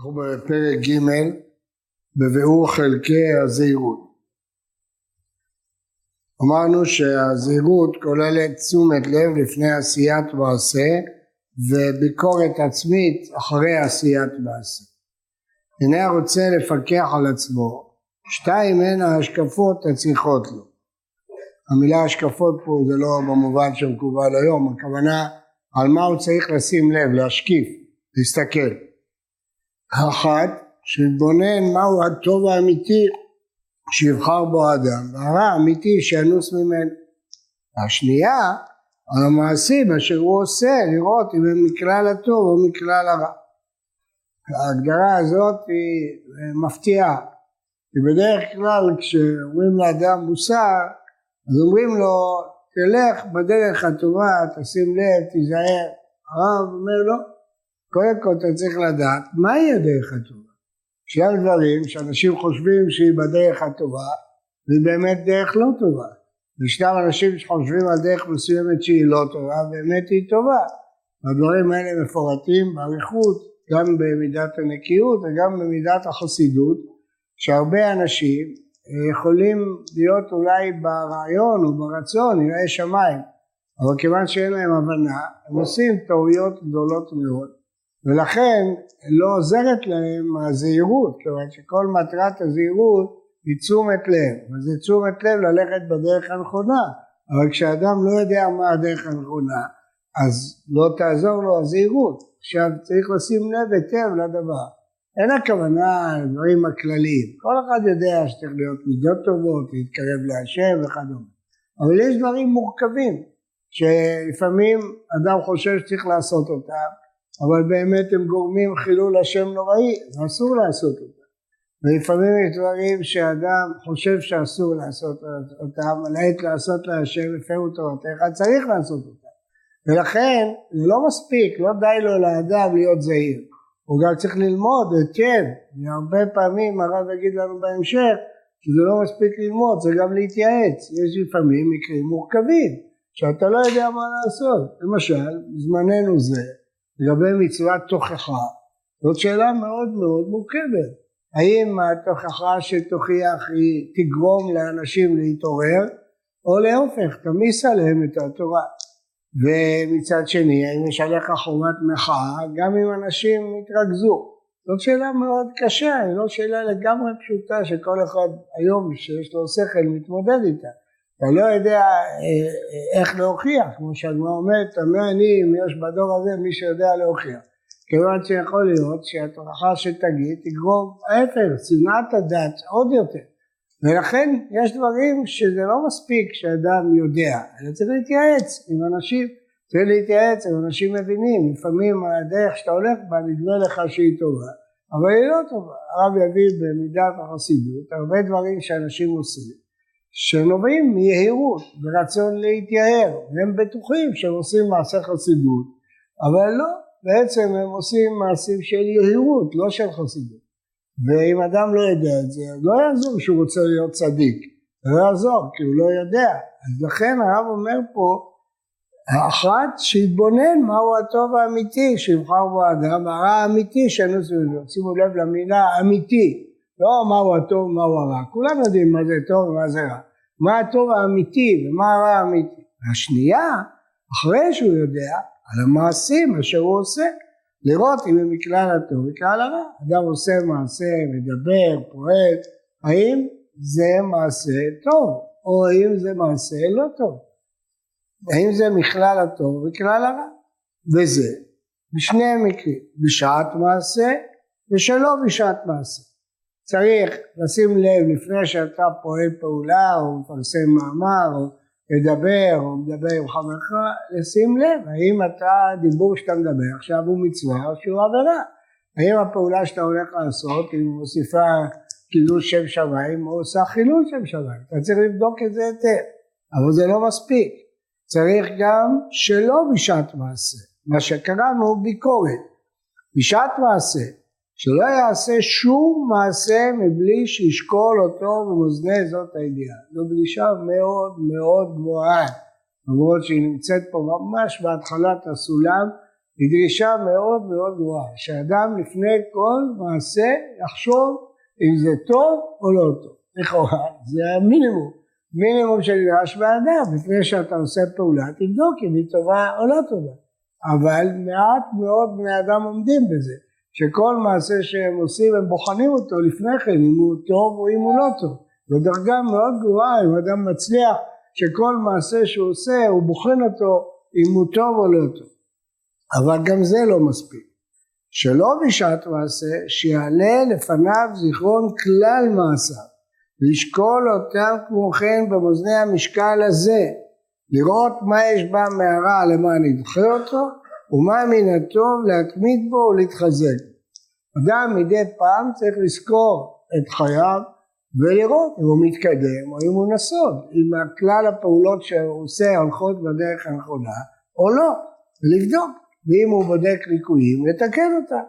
אנחנו בפרק ג' בביאור חלקי הזהירות. אמרנו שהזהירות כוללת תשומת לב לפני עשיית מעשה וביקורת עצמית אחרי עשיית מעשה. הנה רוצה לפקח על עצמו, שתיים הן ההשקפות הצריכות לו. המילה השקפות פה זה לא במובן שמקובל היום, הכוונה על מה הוא צריך לשים לב, להשקיף, להסתכל. האחת, שיתבונן מהו הטוב האמיתי שיבחר בו האדם, והרע האמיתי שינוס ממנו. השנייה, על המעשים אשר הוא עושה, לראות אם הם מכלל הטוב או מכלל הרע. ההגדרה הזאת היא מפתיעה, כי בדרך כלל כשאומרים לאדם מוסר, אז אומרים לו תלך בדרך הטובה, תשים לב, תיזהר. הרב אומר לו, קודם כל אתה צריך לדעת מהי הדרך הטובה. שיהיה דברים שאנשים חושבים שהיא בדרך הטובה, והיא באמת דרך לא טובה. וישנם אנשים שחושבים על דרך מסוימת שהיא לא טובה, באמת היא טובה. הדברים האלה מפורטים באריכות, גם במידת הנקיות וגם במידת החסידות, שהרבה אנשים יכולים להיות אולי ברעיון או ברצון, יראי שמיים, אבל כיוון שאין להם הבנה, הם עושים טעויות גדולות מאוד, ולכן לא עוזרת להם הזהירות, כיוון שכל מטרת הזהירות היא תשומת לב, וזה תשומת לב ללכת בדרך הנכונה, אבל כשאדם לא יודע מה הדרך הנכונה, אז לא תעזור לו הזהירות. עכשיו צריך לשים לב היטב לדבר. אין הכוונה לדברים הכלליים. כל אחד יודע שצריך להיות מידות טובות, להתקרב להשם וכדומה. אבל יש דברים מורכבים, שלפעמים אדם חושב שצריך לעשות אותם, אבל באמת הם גורמים חילול השם נוראי, ואסור לעשות אותם. ולפעמים יש דברים שאדם חושב שאסור לעשות אותם, על עת לעשות להשם הפרו תורתך, צריך לעשות אותם. ולכן זה לא מספיק, לא די לו לאדם להיות זהיר. הוא גם צריך ללמוד היטב, והרבה פעמים הרב יגיד לנו בהמשך שזה לא מספיק ללמוד, זה גם להתייעץ. יש לפעמים מקרים מורכבים שאתה לא יודע מה לעשות. למשל, בזמננו זה, לגבי מצוות תוכחה, זאת שאלה מאוד מאוד מורכבת. האם התוכחה שתוכיח היא תגרום לאנשים להתעורר, או להופך, תמיס עליהם את התורה. ומצד שני, האם יש עליך חומת מחאה, גם אם אנשים יתרכזו. זאת שאלה מאוד קשה, היא לא שאלה לגמרי פשוטה שכל אחד היום שיש לו שכל מתמודד איתה. אתה לא יודע איך להוכיח, כמו שהגמרא אומרת, תמה אני אם יש בדור הזה מי שיודע להוכיח. כיוון שיכול להיות שהתוכחה שתגיד תגרום ההפך, שנאת הדת עוד יותר. ולכן יש דברים שזה לא מספיק שאדם יודע, אלא צריך להתייעץ עם אנשים, צריך להתייעץ עם אנשים מבינים, לפעמים הדרך שאתה הולך בה נדמה לך שהיא טובה, אבל היא לא טובה. הרב יביא במידת החסידות הרבה דברים שאנשים עושים, שנובעים מיהירות ורצון להתייער, והם בטוחים שהם עושים מעשה חסידות, אבל לא, בעצם הם עושים מעשים של יהירות, לא של חסידות. ואם אדם לא יודע את זה, לא יעזור שהוא רוצה להיות צדיק, לא יעזור, כי הוא לא יודע. אז לכן הרב אומר פה, האחת שיתבונן מהו הטוב האמיתי שיבחר בו האדם, הרע האמיתי שנוס ממנו. שימו לב למילה אמיתי, לא מהו הטוב ומהו הרע, כולם יודעים מה זה טוב ומה זה רע, מה הטוב האמיתי ומה הרע האמיתי. השנייה, אחרי שהוא יודע, על המעשים אשר הוא עושה, לראות אם הם מכלל הטוב מכלל הרע. אדם עושה מעשה, מדבר, פועל, האם זה מעשה טוב או האם זה מעשה לא טוב, האם זה מכלל הטוב מכלל הרע. וזה בשני המקרים, בשעת מעשה ושלא בשעת מעשה. צריך לשים לב לפני שאתה פועל פעולה או מפרסם מאמר או לדבר או מדבר עם חברך, לשים לב האם אתה דיבור שאתה מדבר עכשיו הוא מצווה או שהוא עבירה, האם הפעולה שאתה הולך לעשות היא מוסיפה חילול שם שמיים או עושה חילול שם שמיים. אתה צריך לבדוק את זה היטב, אבל זה לא מספיק, צריך גם שלא בשעת מעשה, מה שקראנו ביקורת. בשעת מעשה שלא יעשה שום מעשה מבלי שישקול אותו במאזני זאת הידיעה. זו דרישה מאוד מאוד גבוהה, למרות שהיא נמצאת פה ממש בהתחלת הסולם, היא דרישה מאוד מאוד גבוהה, שאדם לפני כל מעשה יחשוב אם זה טוב או לא טוב. לכאורה, זה מינימום שנדרש באדם, לפני שאתה עושה פעולה, תבדוק אם היא טובה או לא טובה. אבל מעט מאוד בני אדם עומדים בזה, שכל מעשה שהם עושים הם בוחנים אותו לפני כן, אם הוא טוב או אם הוא לא טוב. ודרגה מאוד גבוהה, אם אדם מצליח שכל מעשה שהוא עושה, הוא בוחן אותו אם הוא טוב או לא טוב. אבל גם זה לא מספיק. שלא בשעת מעשה, שיעלה לפניו זיכרון כלל מעשיו, לשקול אותם כמו כן במאזני המשקל הזה, לראות מה יש בה מהרע למען ידחה אותו, ומה מן הטוב להתמיד בו ולהתחזק. אדם מדי פעם צריך לזכור את חייו, ולראות אם הוא מתקדם או אם הוא נסוג, אם כלל הפעולות שהוא עושה הולכות בדרך הנכונה או לא, ולבדוק, ואם הוא בודק ליקויים לתקן אותה.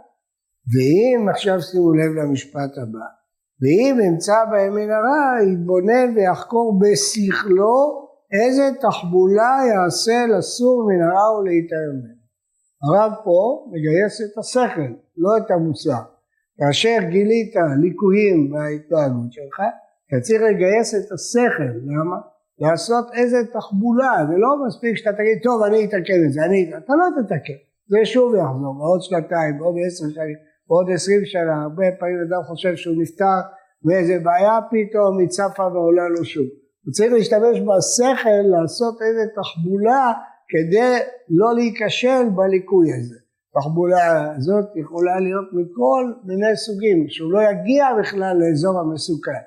ואם עכשיו שימו לב למשפט הבא, ואם ימצא בהם מן הרע, יתבונן ויחקור בשכלו איזה תחבולה יעשה לסור מן הרע ולהתאמן. הרב פה מגייס את השכל, לא את המוסר. כאשר גילית ליקויים בהתנהגות שלך, אתה צריך לגייס את השכל. למה? לעשות איזה תחבולה, ולא מספיק שאתה תגיד, טוב אני אתקן את זה, אתה לא תתקן, זה שוב יחזור, בעוד שנתיים, בעוד 10 שנים, בעוד 20 שנה, הרבה פעמים אדם חושב שהוא נפטר, ואיזה בעיה פתאום מצפה ועולה לו שוב. הוא צריך להשתמש בשכל, לעשות איזה תחבולה, כדי לא להיכשל בליקוי הזה. תחבולה הזאת יכולה להיות מכל מיני סוגים, שהוא לא יגיע בכלל לאזור המסוכן.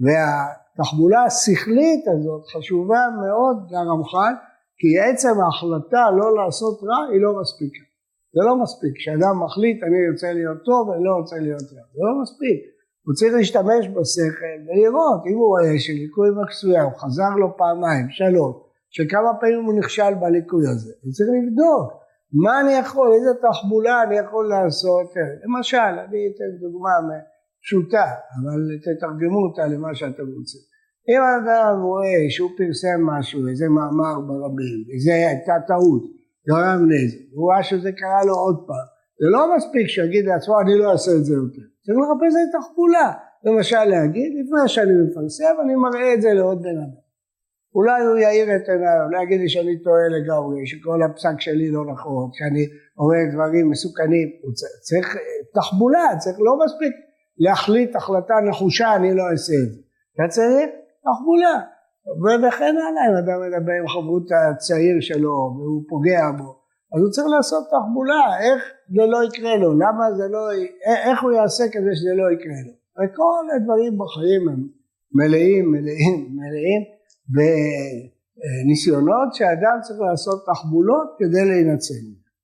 והתחבולה השכלית הזאת חשובה מאוד לרמח"ל, כי עצם ההחלטה לא לעשות רע היא לא מספיקה. זה לא מספיק, כשאדם מחליט אני רוצה להיות טוב ואני לא רוצה להיות רע, זה לא מספיק. הוא צריך להשתמש בשכל ולראות, אם הוא רואה שליקוי מקסויה, הוא חזר לו פעמיים, 3, שכמה פעמים הוא נכשל בליקוי הזה, הוא צריך לבדוק. מה אני יכול, איזה תחבולה אני יכול לעשות, למשל, אני אתן דוגמה פשוטה, אבל תתרגמו אותה למה שאתם רוצים. אם האדם רואה שהוא פרסם משהו, איזה מאמר ברבים, איזה הייתה טעות, גרם נזק, הוא רואה שזה קרה לו עוד פעם, זה לא מספיק שיגיד לעצמו, אני לא אעשה את זה יותר, צריך לחפש את תחבולה, למשל להגיד, לפני שאני מפרסם, אני מראה את זה לעוד בן אדם. אולי הוא יעיר את עיניו, אולי יגיד לי שאני טועה לגמרי, שכל הפסק שלי לא נכון, שאני אומר דברים מסוכנים, צריך תחבולה, צריך לא מספיק להחליט החלטה נחושה, אני לא אעשה את זה. אתה צריך תחבולה, וכן הלאה, אם אדם מדבר עם חברות הצעיר שלו, והוא פוגע בו, אז הוא צריך לעשות תחבולה, איך זה לא יקרה לו, למה זה לא, איך הוא יעשה כדי שזה לא יקרה לו. וכל הדברים בחיים הם מלאים, בניסיונות שאדם צריך לעשות תחבולות כדי להינצל.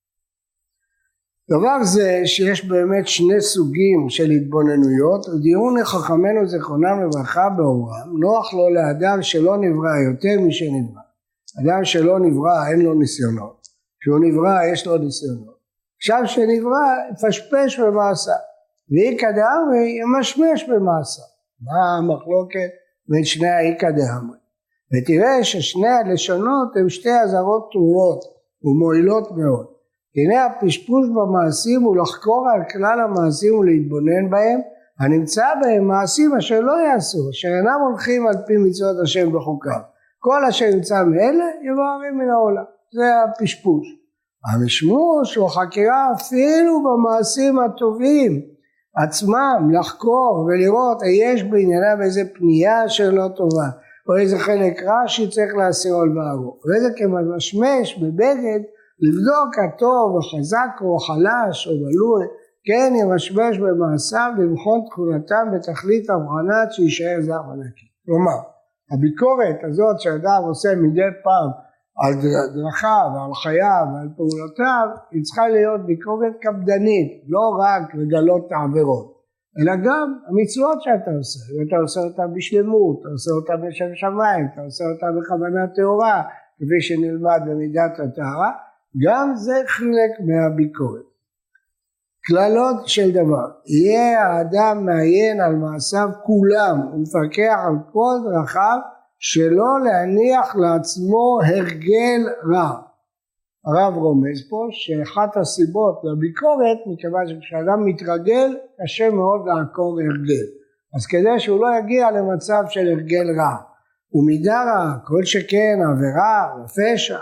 דבר זה שיש באמת 2 סוגים של התבוננויות, ודיון חכמינו זיכרונם לברכה באומרם, נוח לו לאדם שלא נברא יותר משנברא. אדם שלא נברא אין לו ניסיונות, כשהוא נברא יש לו ניסיונות. עכשיו שנברא יפשפש במעשה, ואיכא דאמרי ימשמש במעשה. מה המחלוקת בין שני האיכא דאמרי? ותראה ששני הלשונות הם 2 אזהרות טובות ומועילות מאוד. הנה הפשפוש במעשים הוא לחקור על כלל המעשים ולהתבונן בהם, הנמצא בהם מעשים אשר לא יעשו, אשר אינם הולכים על פי מצוות השם בחוקיו. כל אשר נמצא מאלה יבוארים מן העולם. זה הפשפוש. המשמוש הוא חקירה אפילו במעשים הטובים עצמם, לחקור ולראות יש בעניינם איזה פנייה שלא טובה, או איזה חלק רע שצריך להסירו על בערו, ואיזה כמשמש בבגד, לבדוק הטוב וחזק או חלש או בלוי, כן ימשמש במעשיו לבחון תכונתם בתכלית המענת שישאר זר ונקי. כלומר, הביקורת הזאת שאדם עושה מדי פעם על דרכיו ועל חייו ועל פעולותיו, היא צריכה להיות ביקורת קפדנית, לא רק לגלות את העבירות, אלא גם המצוות שאתה עושה. אתה עושה אותה בשלמות, אתה עושה אותה בשם שמיים, אתה עושה אותה בכוונה טהורה, כפי שנלמד במידת הטהרה, גם זה חלק מהביקורת. כללות של דבר, יהיה האדם מעיין על מעשיו כולם ומפקח על כל דרכיו, שלא להניח לעצמו הרגל רע. הרב רומז פה שאחת הסיבות לביקורת, מכיוון שכשאדם מתרגל קשה מאוד לעקור הרגל. אז כדי שהוא לא יגיע למצב של הרגל רע. ומידה רע, כל שכן עבירה ופשע.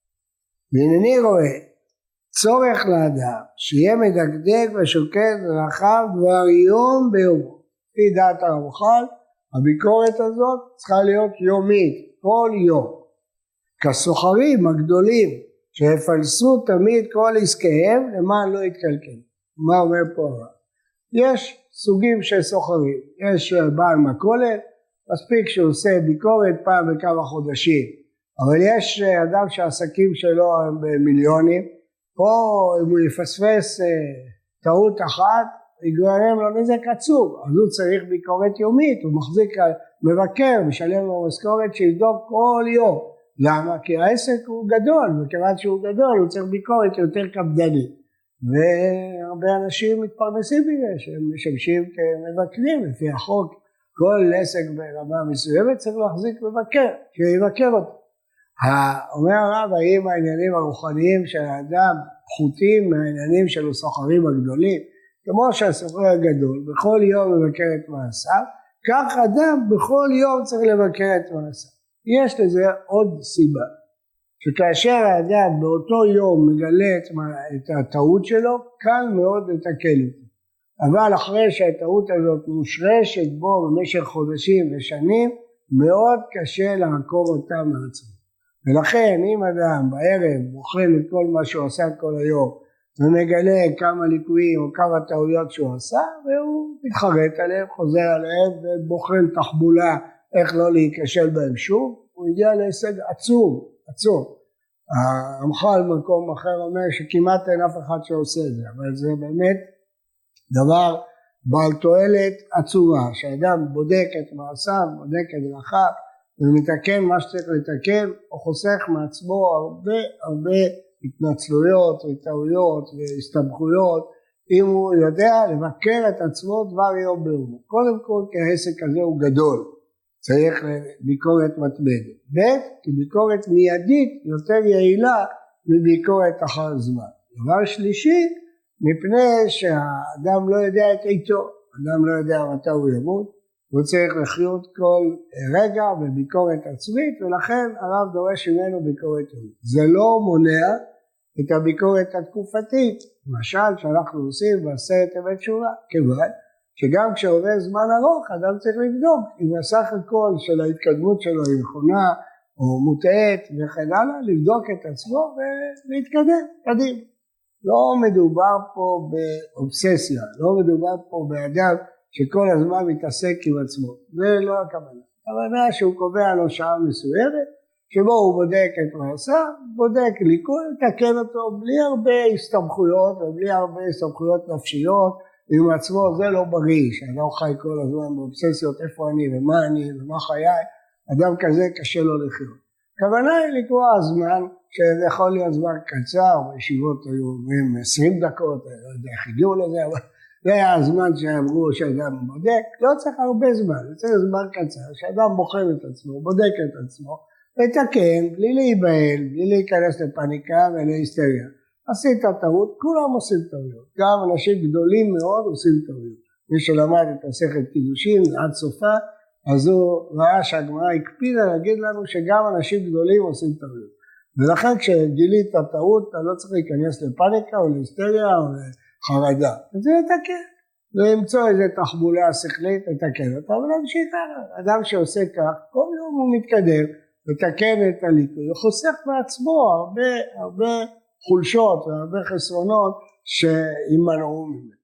והנני רואה צורך לאדם שיהיה מדקדק ושוקד רחב דבר יום ביומו. לפי דעת הרמח"ל, הביקורת הזאת צריכה להיות יומית, כל יום. כסוחרים הגדולים שהפלסו תמיד כל עסקיהם למען לא יתקלקל. מה אומר פה הרב? יש סוגים של סוחרים, יש בעל מכולת, מספיק שהוא עושה ביקורת פעם בכמה חודשים, אבל יש אדם שהעסקים שלו הם במיליונים, פה אם הוא יפספס טעות אחת, יגרם לו נזק עצום, אז הוא צריך ביקורת יומית, הוא מחזיק מבקר, משלם לו משכורת שיבדוק כל יום. למה? כי העסק הוא גדול, וכיוון שהוא גדול הוא צריך ביקורת יותר קפדנית. והרבה אנשים מתפרנסים בזה, שהם משמשים כמבקרים לפי החוק. כל עסק ברמה מסוימת צריך להחזיק מבקר, שיבקר אותו. אומר הרב, האם העניינים הרוחניים של האדם פחותים מהעניינים של הסוחרים הגדולים? כמו שהסוחר הגדול בכל יום מבקר את מעשיו, כך אדם בכל יום צריך לבקר את מעשיו. יש לזה עוד סיבה, שכאשר האדם באותו יום מגלה את הטעות שלו, קל מאוד לתקן אותה. אבל אחרי שהטעות הזאת מושרשת בו במשך חודשים ושנים, מאוד קשה לעקור אותה מעצמו. ולכן אם אדם בערב בוחן את כל מה שהוא עשה כל היום, ומגלה כמה ליקויים או כמה טעויות שהוא עשה, והוא מתחרט עליהם, חוזר עליהם ובוחן תחבולה איך לא להיכשל בהם שוב, הוא הגיע להישג עצום, עצום. הרמח"ל במקום אחר אומר שכמעט אין אף אחד שעושה את זה, אבל זה באמת דבר בעל תועלת עצומה, שהאדם בודק את מעשיו, בודק את דרכיו, ומתקן מה שצריך לתקן, הוא חוסך מעצמו הרבה התנצלויות וטעויות והסתבכויות, אם הוא יודע לבקר את עצמו דבר יום ביום. קודם כל כי העסק הזה הוא גדול, צריך ביקורת מתמדת. ב' כי ביקורת מיידית יותר יעילה מביקורת אחר זמן. דבר שלישי, מפני שהאדם לא יודע את עיתו, אדם לא יודע מתי הוא ימות, הוא צריך לחיות כל רגע בביקורת עצמית, ולכן הרב דורש ממנו ביקורת עצמית. זה לא מונע את הביקורת התקופתית, למשל שאנחנו עושים בעשרת ימי תשובה, כיוון שגם כשעובר זמן ארוך, אדם צריך לבדוק אם הסך הכל של ההתקדמות שלו היא נכונה או מוטעת וכן הלאה, לבדוק את עצמו ולהתקדם קדימה. לא מדובר פה באובססיה, לא מדובר פה באדם שכל הזמן מתעסק עם עצמו, זה לא הכוונה. הכוונה שהוא קובע לו שעה מסוימת, שבו הוא בודק את מעשיו, בודק ליקוי, תקן אותו בלי הרבה הסתמכויות ובלי הרבה הסתמכויות נפשיות עם עצמו. זה לא בריא, שאדם חי כל הזמן באובססיות איפה אני ומה אני ומה חיי, אדם כזה קשה לו לחיות. הכוונה היא לקבוע זמן, שזה יכול להיות זמן קצר, בישיבות היו 20 דקות, לא יודע איך הגיעו לזה, אבל זה היה הזמן שאמרו שאדם בודק, לא צריך הרבה זמן, זה צריך זמן קצר, שאדם בוחן את עצמו, בודק את עצמו, לתקן, בלי להיבהל, בלי להיכנס לפניקה ולהיסטריה. עשית טעות, כולם עושים טעויות, גם אנשים גדולים מאוד עושים טעויות. מי שלמד את מסכת קידושין עד סופה, אז הוא ראה שהגמרא הקפידה להגיד לנו שגם אנשים גדולים עושים טעויות. ולכן כשגילית את הטעות, אתה לא צריך להיכנס לפניקה או להיסטריה או לחרדה. זה לתקן. למצוא איזו תחבולה שכלית, לתקן אותה, ולהמשיך הלאה. אדם שעושה כך, כל יום הוא מתקדם, לתקן את הליקוי, הוא חוסך מעצמו הרבה חולשות והרבה חסרונות שימנעו ממנו.